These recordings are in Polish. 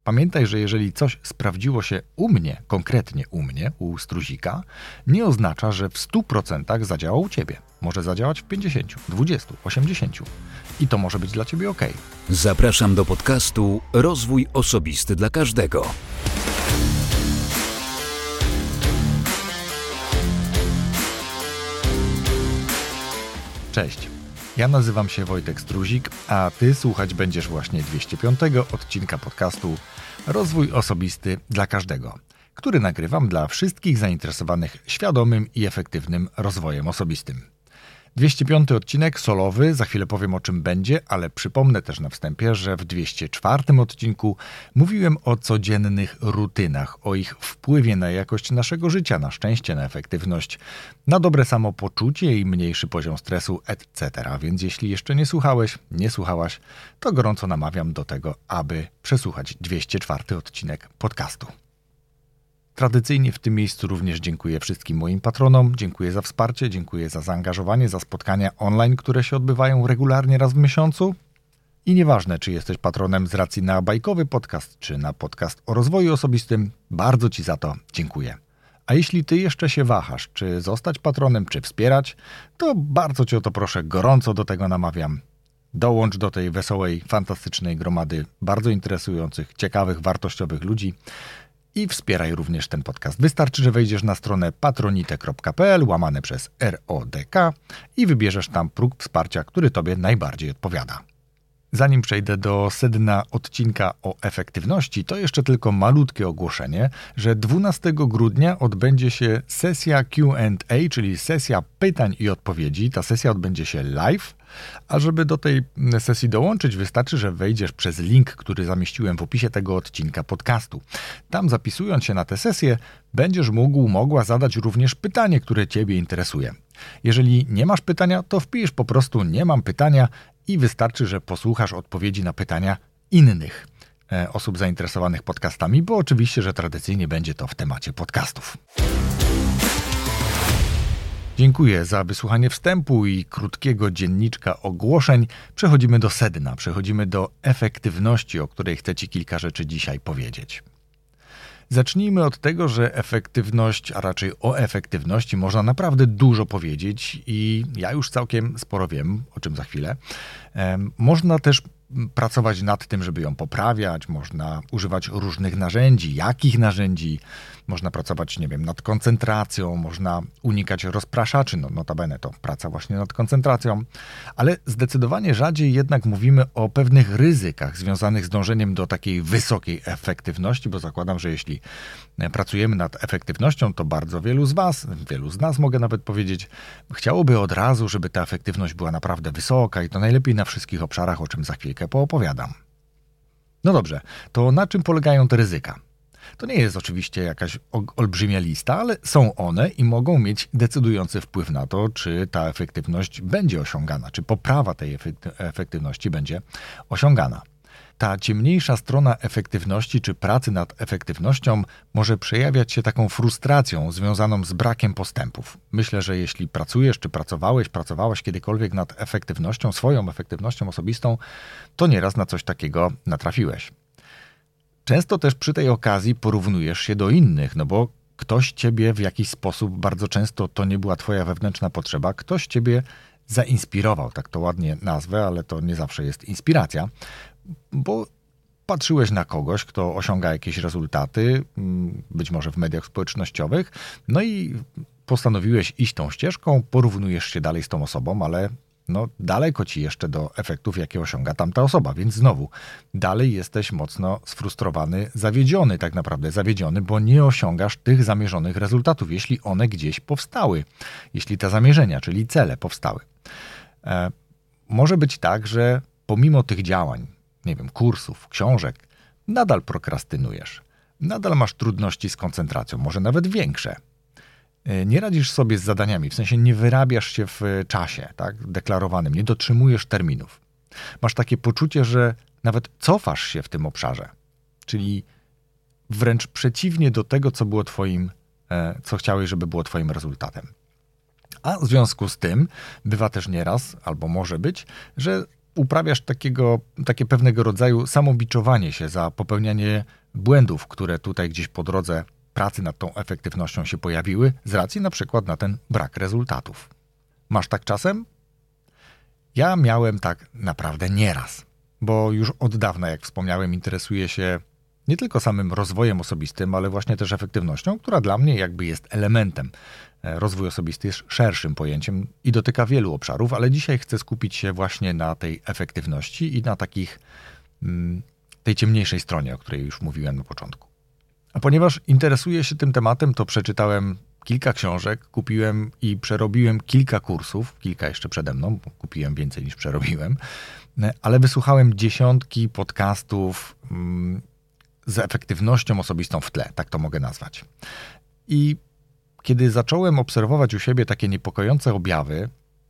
Pamiętaj, że jeżeli coś sprawdziło się u mnie, konkretnie u mnie, u Struzika, nie oznacza, że w 100% zadziała u Ciebie. Może zadziałać w 50, 20, 80. I to może być dla Ciebie ok. Zapraszam do podcastu Rozwój Osobisty dla Każdego. Cześć, ja nazywam się Wojtek Struzik, a Ty słuchać będziesz właśnie 205 odcinka podcastu Rozwój Osobisty dla Każdego, który nagrywam dla wszystkich zainteresowanych świadomym i efektywnym rozwojem osobistym. 205 odcinek solowy, za chwilę powiem o czym będzie, ale przypomnę też na wstępie, że w 204 odcinku mówiłem o codziennych rutynach, o ich wpływie na jakość naszego życia, na szczęście, na efektywność, na dobre samopoczucie i mniejszy poziom stresu, etc. Więc jeśli jeszcze nie słuchałeś, nie słuchałaś, to gorąco namawiam do tego, aby przesłuchać 204 odcinek podcastu. Tradycyjnie w tym miejscu również dziękuję wszystkim moim patronom, dziękuję za wsparcie, dziękuję za zaangażowanie, za spotkania online, które się odbywają regularnie raz w miesiącu. I nieważne, czy jesteś patronem z racji na bajkowy podcast, czy na podcast o rozwoju osobistym, bardzo Ci za to dziękuję. A jeśli Ty jeszcze się wahasz, czy zostać patronem, czy wspierać, to bardzo Cię o to proszę, gorąco do tego namawiam. Dołącz do tej wesołej, fantastycznej gromady bardzo interesujących, ciekawych, wartościowych ludzi. I wspieraj również ten podcast. Wystarczy, że wejdziesz na stronę patronite.pl/RODK i wybierzesz tam próg wsparcia, który Tobie najbardziej odpowiada. Zanim przejdę do sedna odcinka o efektywności, to jeszcze tylko malutkie ogłoszenie, że 12 grudnia odbędzie się sesja Q&A, czyli sesja pytań i odpowiedzi. Ta sesja odbędzie się live, a żeby do tej sesji dołączyć, wystarczy, że wejdziesz przez link, który zamieściłem w opisie tego odcinka podcastu. Tam zapisując się na tę sesję, będziesz mogła zadać również pytanie, które Ciebie interesuje. Jeżeli nie masz pytania, to wpisz po prostu nie mam pytania i wystarczy, że posłuchasz odpowiedzi na pytania innych osób zainteresowanych podcastami, bo oczywiście, że tradycyjnie będzie to w temacie podcastów. Dziękuję za wysłuchanie wstępu i krótkiego dzienniczka ogłoszeń. Przechodzimy do sedna, przechodzimy do efektywności, o której chcę Ci kilka rzeczy dzisiaj powiedzieć. Zacznijmy od tego, że efektywność, a raczej o efektywności można naprawdę dużo powiedzieć i ja już całkiem sporo wiem, o czym za chwilę. Można też pracować nad tym, żeby ją poprawiać, można używać różnych narzędzi, jakich narzędzi, można pracować, nad koncentracją, można unikać rozpraszaczy, notabene to praca właśnie nad koncentracją, ale zdecydowanie rzadziej jednak mówimy o pewnych ryzykach związanych z dążeniem do takiej wysokiej efektywności, bo zakładam, że jeśli pracujemy nad efektywnością, to bardzo wielu z nas mogę nawet powiedzieć, chciałoby od razu, żeby ta efektywność była naprawdę wysoka i to najlepiej na wszystkich obszarach, o czym za chwilkę poopowiadam. No dobrze, to na czym polegają te ryzyka? To nie jest oczywiście jakaś olbrzymia lista, ale są one i mogą mieć decydujący wpływ na to, czy ta efektywność będzie osiągana, czy poprawa tej efektywności będzie osiągana. Ta ciemniejsza strona efektywności czy pracy nad efektywnością może przejawiać się taką frustracją związaną z brakiem postępów. Myślę, że jeśli pracujesz, czy pracowałaś kiedykolwiek nad efektywnością, swoją efektywnością osobistą, to nieraz na coś takiego natrafiłeś. Często też przy tej okazji porównujesz się do innych, bo ktoś Ciebie w jakiś sposób, bardzo często to nie była Twoja wewnętrzna potrzeba, ktoś Ciebie zainspirował, tak to ładnie nazwę, ale to nie zawsze jest inspiracja, bo patrzyłeś na kogoś, kto osiąga jakieś rezultaty, być może w mediach społecznościowych, i postanowiłeś iść tą ścieżką, porównujesz się dalej z tą osobą, ale daleko Ci jeszcze do efektów, jakie osiąga tamta osoba, więc znowu dalej jesteś mocno sfrustrowany, zawiedziony, bo nie osiągasz tych zamierzonych rezultatów, jeśli one gdzieś powstały, jeśli te zamierzenia, czyli cele powstały. Może być tak, że pomimo tych działań, kursów, książek, nadal prokrastynujesz, nadal masz trudności z koncentracją, może nawet większe. Nie radzisz sobie z zadaniami, w sensie nie wyrabiasz się w czasie, deklarowanym, nie dotrzymujesz terminów. Masz takie poczucie, że nawet cofasz się w tym obszarze, czyli wręcz przeciwnie do tego, co chciałeś, żeby było Twoim rezultatem. A w związku z tym bywa też nieraz, albo może być, że uprawiasz takie pewnego rodzaju samobiczowanie się za popełnianie błędów, które tutaj gdzieś po drodze pracy nad tą efektywnością się pojawiły, z racji na przykład na ten brak rezultatów. Masz tak czasem? Ja miałem tak naprawdę nieraz, bo już od dawna, jak wspomniałem, interesuję się nie tylko samym rozwojem osobistym, ale właśnie też efektywnością, która dla mnie jakby jest elementem. Rozwój osobisty jest szerszym pojęciem i dotyka wielu obszarów, ale dzisiaj chcę skupić się właśnie na tej efektywności i na tej ciemniejszej stronie, o której już mówiłem na początku. A ponieważ interesuję się tym tematem, to przeczytałem kilka książek, kupiłem i przerobiłem kilka kursów, kilka jeszcze przede mną, bo kupiłem więcej niż przerobiłem, ale wysłuchałem dziesiątki podcastów z efektywnością osobistą w tle, tak to mogę nazwać. I kiedy zacząłem obserwować u siebie takie niepokojące objawy,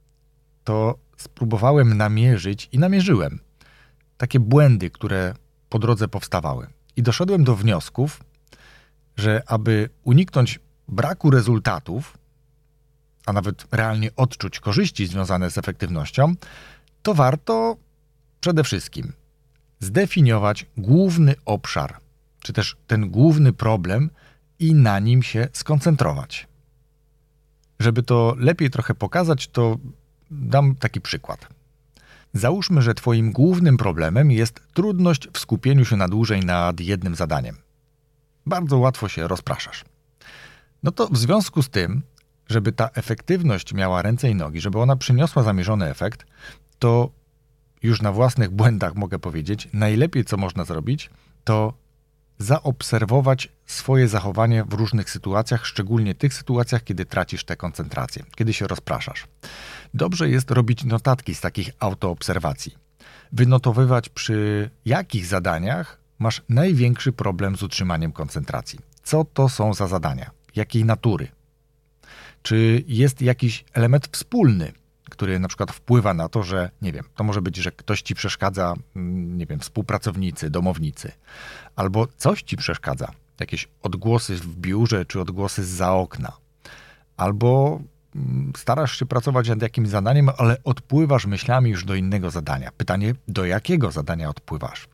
to spróbowałem namierzyć i namierzyłem takie błędy, które po drodze powstawały. I doszedłem do wniosków, że aby uniknąć braku rezultatów, a nawet realnie odczuć korzyści związane z efektywnością, to warto przede wszystkim zdefiniować główny obszar, czy też ten główny problem i na nim się skoncentrować. Żeby to lepiej trochę pokazać, to dam taki przykład. Załóżmy, że twoim głównym problemem jest trudność w skupieniu się na dłużej nad jednym zadaniem. Bardzo łatwo się rozpraszasz. No to w związku z tym, żeby ta efektywność miała ręce i nogi, żeby ona przyniosła zamierzony efekt, to już na własnych błędach mogę powiedzieć, najlepiej co można zrobić, to zaobserwować swoje zachowanie w różnych sytuacjach, szczególnie tych sytuacjach, kiedy tracisz tę koncentrację, kiedy się rozpraszasz. Dobrze jest robić notatki z takich autoobserwacji. Wynotowywać, przy jakich zadaniach masz największy problem z utrzymaniem koncentracji. Co to są za zadania? Jakiej natury? Czy jest jakiś element wspólny, który na przykład wpływa na to, że, nie wiem, to może być, że ktoś ci przeszkadza, nie wiem, współpracownicy, domownicy, albo coś ci przeszkadza, jakieś odgłosy w biurze, czy odgłosy zza okna, albo starasz się pracować nad jakimś zadaniem, ale odpływasz myślami już do innego zadania. Pytanie, do jakiego zadania odpływasz?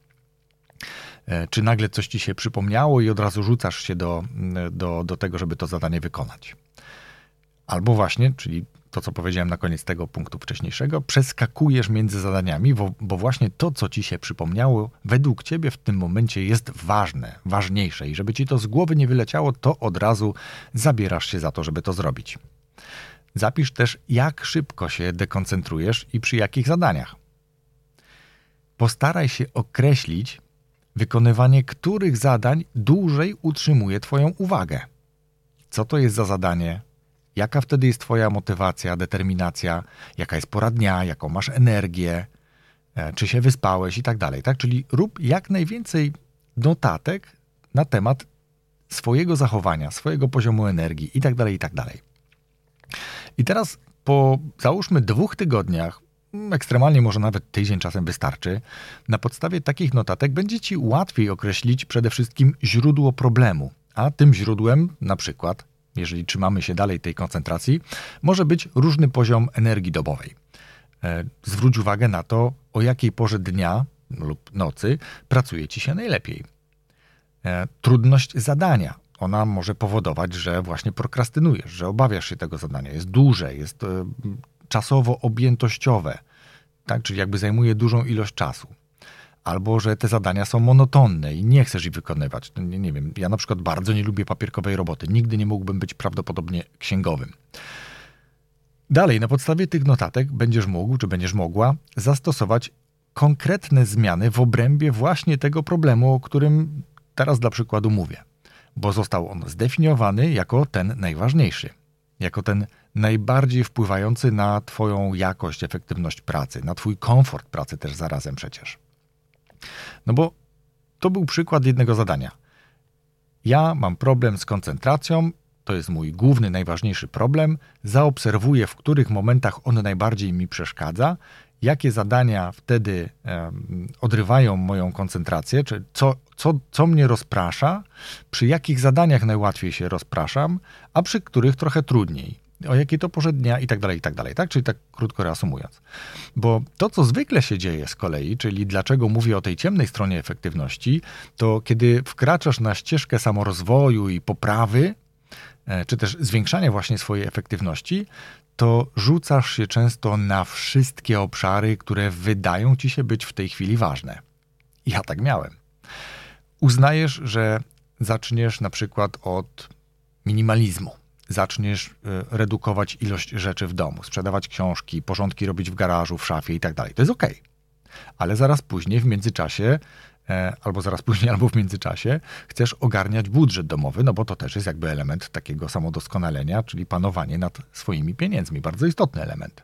Czy nagle coś ci się przypomniało i od razu rzucasz się do tego, żeby to zadanie wykonać? Albo właśnie, czyli to, co powiedziałem na koniec tego punktu wcześniejszego, przeskakujesz między zadaniami, bo właśnie to, co ci się przypomniało, według ciebie w tym momencie jest ważne, ważniejsze i żeby ci to z głowy nie wyleciało, to od razu zabierasz się za to, żeby to zrobić. Zapisz też, jak szybko się dekoncentrujesz i przy jakich zadaniach. Postaraj się określić, wykonywanie których zadań dłużej utrzymuje twoją uwagę. Co to jest za zadanie? Jaka wtedy jest twoja motywacja, determinacja? Jaka jest pora dnia? Jaką masz energię? Czy się wyspałeś i tak dalej, tak? Czyli rób jak najwięcej notatek na temat swojego zachowania, swojego poziomu energii i tak dalej, i tak dalej. I teraz po, załóżmy, 2 tygodniach, ekstremalnie może nawet tydzień czasem wystarczy, na podstawie takich notatek będzie ci łatwiej określić przede wszystkim źródło problemu, a tym źródłem na przykład, jeżeli trzymamy się dalej tej koncentracji, może być różny poziom energii dobowej. Zwróć uwagę na to, o jakiej porze dnia lub nocy pracuje ci się najlepiej. Trudność zadania. Ona może powodować, że właśnie prokrastynujesz, że obawiasz się tego zadania. Jest duże, jest czasowo objętościowe, tak? Czyli jakby zajmuje dużą ilość czasu. Albo, że te zadania są monotonne i nie chcesz ich wykonywać. Nie wiem, ja na przykład bardzo nie lubię papierkowej roboty. Nigdy nie mógłbym być prawdopodobnie księgowym. Dalej, na podstawie tych notatek będziesz mógł, czy będziesz mogła zastosować konkretne zmiany w obrębie właśnie tego problemu, o którym teraz dla przykładu mówię. Bo został on zdefiniowany jako ten najważniejszy. Jako ten najbardziej wpływający na twoją jakość, efektywność pracy, na twój komfort pracy też zarazem przecież. No bo to był przykład jednego zadania. Ja mam problem z koncentracją, to jest mój główny, najważniejszy problem. Zaobserwuję, w których momentach on najbardziej mi przeszkadza, jakie zadania wtedy odrywają moją koncentrację, czy co mnie rozprasza, przy jakich zadaniach najłatwiej się rozpraszam, a przy których trochę trudniej. o jakiej to porze dnia i tak dalej, tak? Czyli tak krótko reasumując. Bo to, co zwykle się dzieje z kolei, czyli dlaczego mówię o tej ciemnej stronie efektywności, to kiedy wkraczasz na ścieżkę samorozwoju i poprawy, czy też zwiększania właśnie swojej efektywności, to rzucasz się często na wszystkie obszary, które wydają ci się być w tej chwili ważne. Ja tak miałem. Uznajesz, że zaczniesz na przykład od minimalizmu. Zaczniesz redukować ilość rzeczy w domu, sprzedawać książki, porządki robić w garażu, w szafie i tak dalej. To jest okej. Ale zaraz później, w międzyczasie, albo w międzyczasie chcesz ogarniać budżet domowy, no bo to też jest jakby element takiego samodoskonalenia, czyli panowanie nad swoimi pieniędzmi. Bardzo istotny element.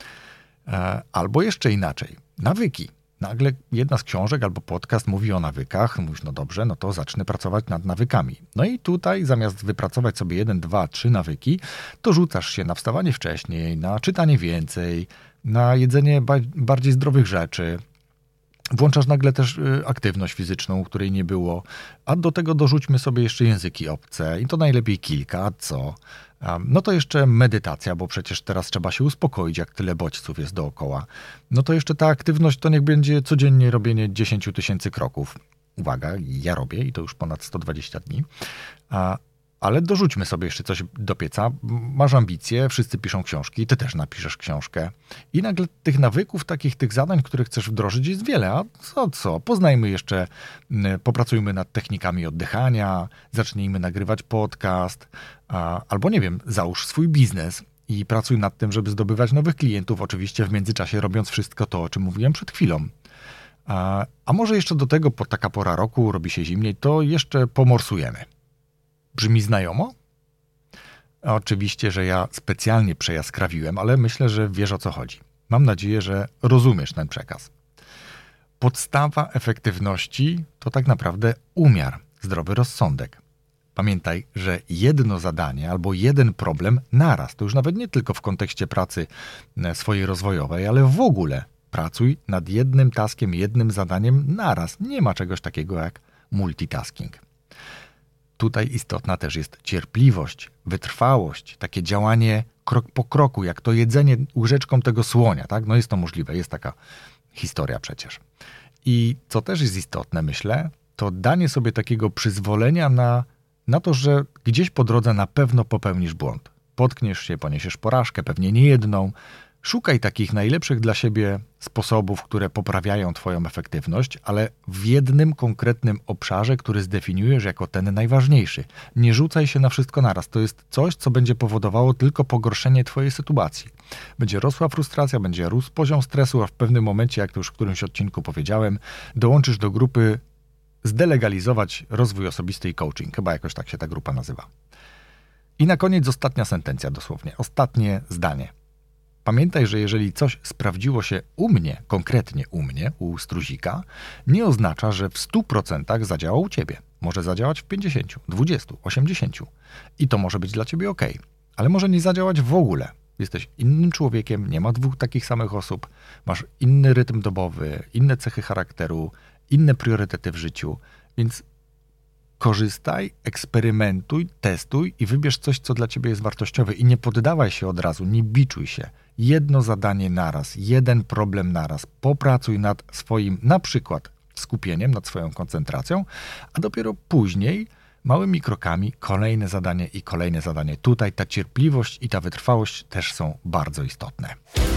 Albo jeszcze inaczej. Nawyki. Nagle jedna z książek albo podcast mówi o nawykach. Mówisz, no dobrze, no to zacznę pracować nad nawykami. No i tutaj zamiast wypracować sobie 1, 2, 3 nawyki, to rzucasz się na wstawanie wcześniej, na czytanie więcej, na jedzenie bardziej zdrowych rzeczy. Włączasz nagle też aktywność fizyczną, której nie było, a do tego dorzućmy sobie jeszcze języki obce i to najlepiej kilka, co? No to jeszcze medytacja, bo przecież teraz trzeba się uspokoić, jak tyle bodźców jest dookoła. No to jeszcze ta aktywność to niech będzie codziennie robienie 10 000 kroków. Uwaga, ja robię i to już ponad 120 dni. Ale dorzućmy sobie jeszcze coś do pieca. Masz ambicje, wszyscy piszą książki, ty też napiszesz książkę. I nagle tych nawyków, tych zadań, które chcesz wdrożyć jest wiele. A co? Poznajmy jeszcze, popracujmy nad technikami oddychania, zacznijmy nagrywać podcast, albo nie wiem, załóż swój biznes i pracuj nad tym, żeby zdobywać nowych klientów, oczywiście w międzyczasie robiąc wszystko to, o czym mówiłem przed chwilą. A może jeszcze do tego, taka pora roku, robi się zimniej, to jeszcze pomorsujemy. Brzmi znajomo? Oczywiście, że ja specjalnie przejaskrawiłem, ale myślę, że wiesz, o co chodzi. Mam nadzieję, że rozumiesz ten przekaz. Podstawa efektywności to tak naprawdę umiar, zdrowy rozsądek. Pamiętaj, że jedno zadanie albo jeden problem naraz, to już nawet nie tylko w kontekście pracy swojej rozwojowej, ale w ogóle pracuj nad jednym taskiem, jednym zadaniem naraz. Nie ma czegoś takiego jak multitasking. Tutaj istotna też jest cierpliwość, wytrwałość, takie działanie krok po kroku, jak to jedzenie łyżeczką tego słonia, tak? No jest to możliwe, jest taka historia przecież. I co też jest istotne, myślę, to danie sobie takiego przyzwolenia na to, że gdzieś po drodze na pewno popełnisz błąd. Potkniesz się, poniesiesz porażkę, pewnie nie jedną. Szukaj takich najlepszych dla siebie sposobów, które poprawiają twoją efektywność, ale w jednym konkretnym obszarze, który zdefiniujesz jako ten najważniejszy. Nie rzucaj się na wszystko naraz. To jest coś, co będzie powodowało tylko pogorszenie twojej sytuacji. Będzie rosła frustracja, będzie rósł poziom stresu, a w pewnym momencie, jak to już w którymś odcinku powiedziałem, dołączysz do grupy Zdelegalizować rozwój osobisty i coaching. Chyba jakoś tak się ta grupa nazywa. I na koniec ostatnia sentencja dosłownie. Ostatnie zdanie. Pamiętaj, że jeżeli coś sprawdziło się u mnie, konkretnie u mnie, u Struzika, nie oznacza, że w 100% zadziała u ciebie. Może zadziałać w 50, 20, 80. I to może być dla ciebie ok. Ale może nie zadziałać w ogóle. Jesteś innym człowiekiem, nie ma dwóch takich samych osób, masz inny rytm dobowy, inne cechy charakteru, inne priorytety w życiu, więc korzystaj, eksperymentuj, testuj i wybierz coś, co dla ciebie jest wartościowe i nie poddawaj się od razu, nie biczuj się. Jedno zadanie naraz, jeden problem naraz. Popracuj nad swoim, na przykład skupieniem, nad swoją koncentracją, a dopiero później małymi krokami kolejne zadanie i kolejne zadanie. Tutaj ta cierpliwość i ta wytrwałość też są bardzo istotne.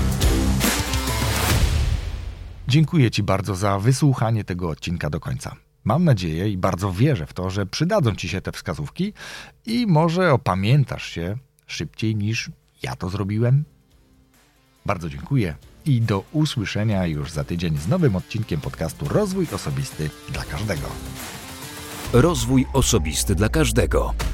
Dziękuję ci bardzo za wysłuchanie tego odcinka do końca. Mam nadzieję i bardzo wierzę w to, że przydadzą ci się te wskazówki i może opamiętasz się szybciej niż ja to zrobiłem. Bardzo dziękuję i do usłyszenia już za tydzień z nowym odcinkiem podcastu Rozwój Osobisty dla Każdego. Rozwój osobisty dla każdego.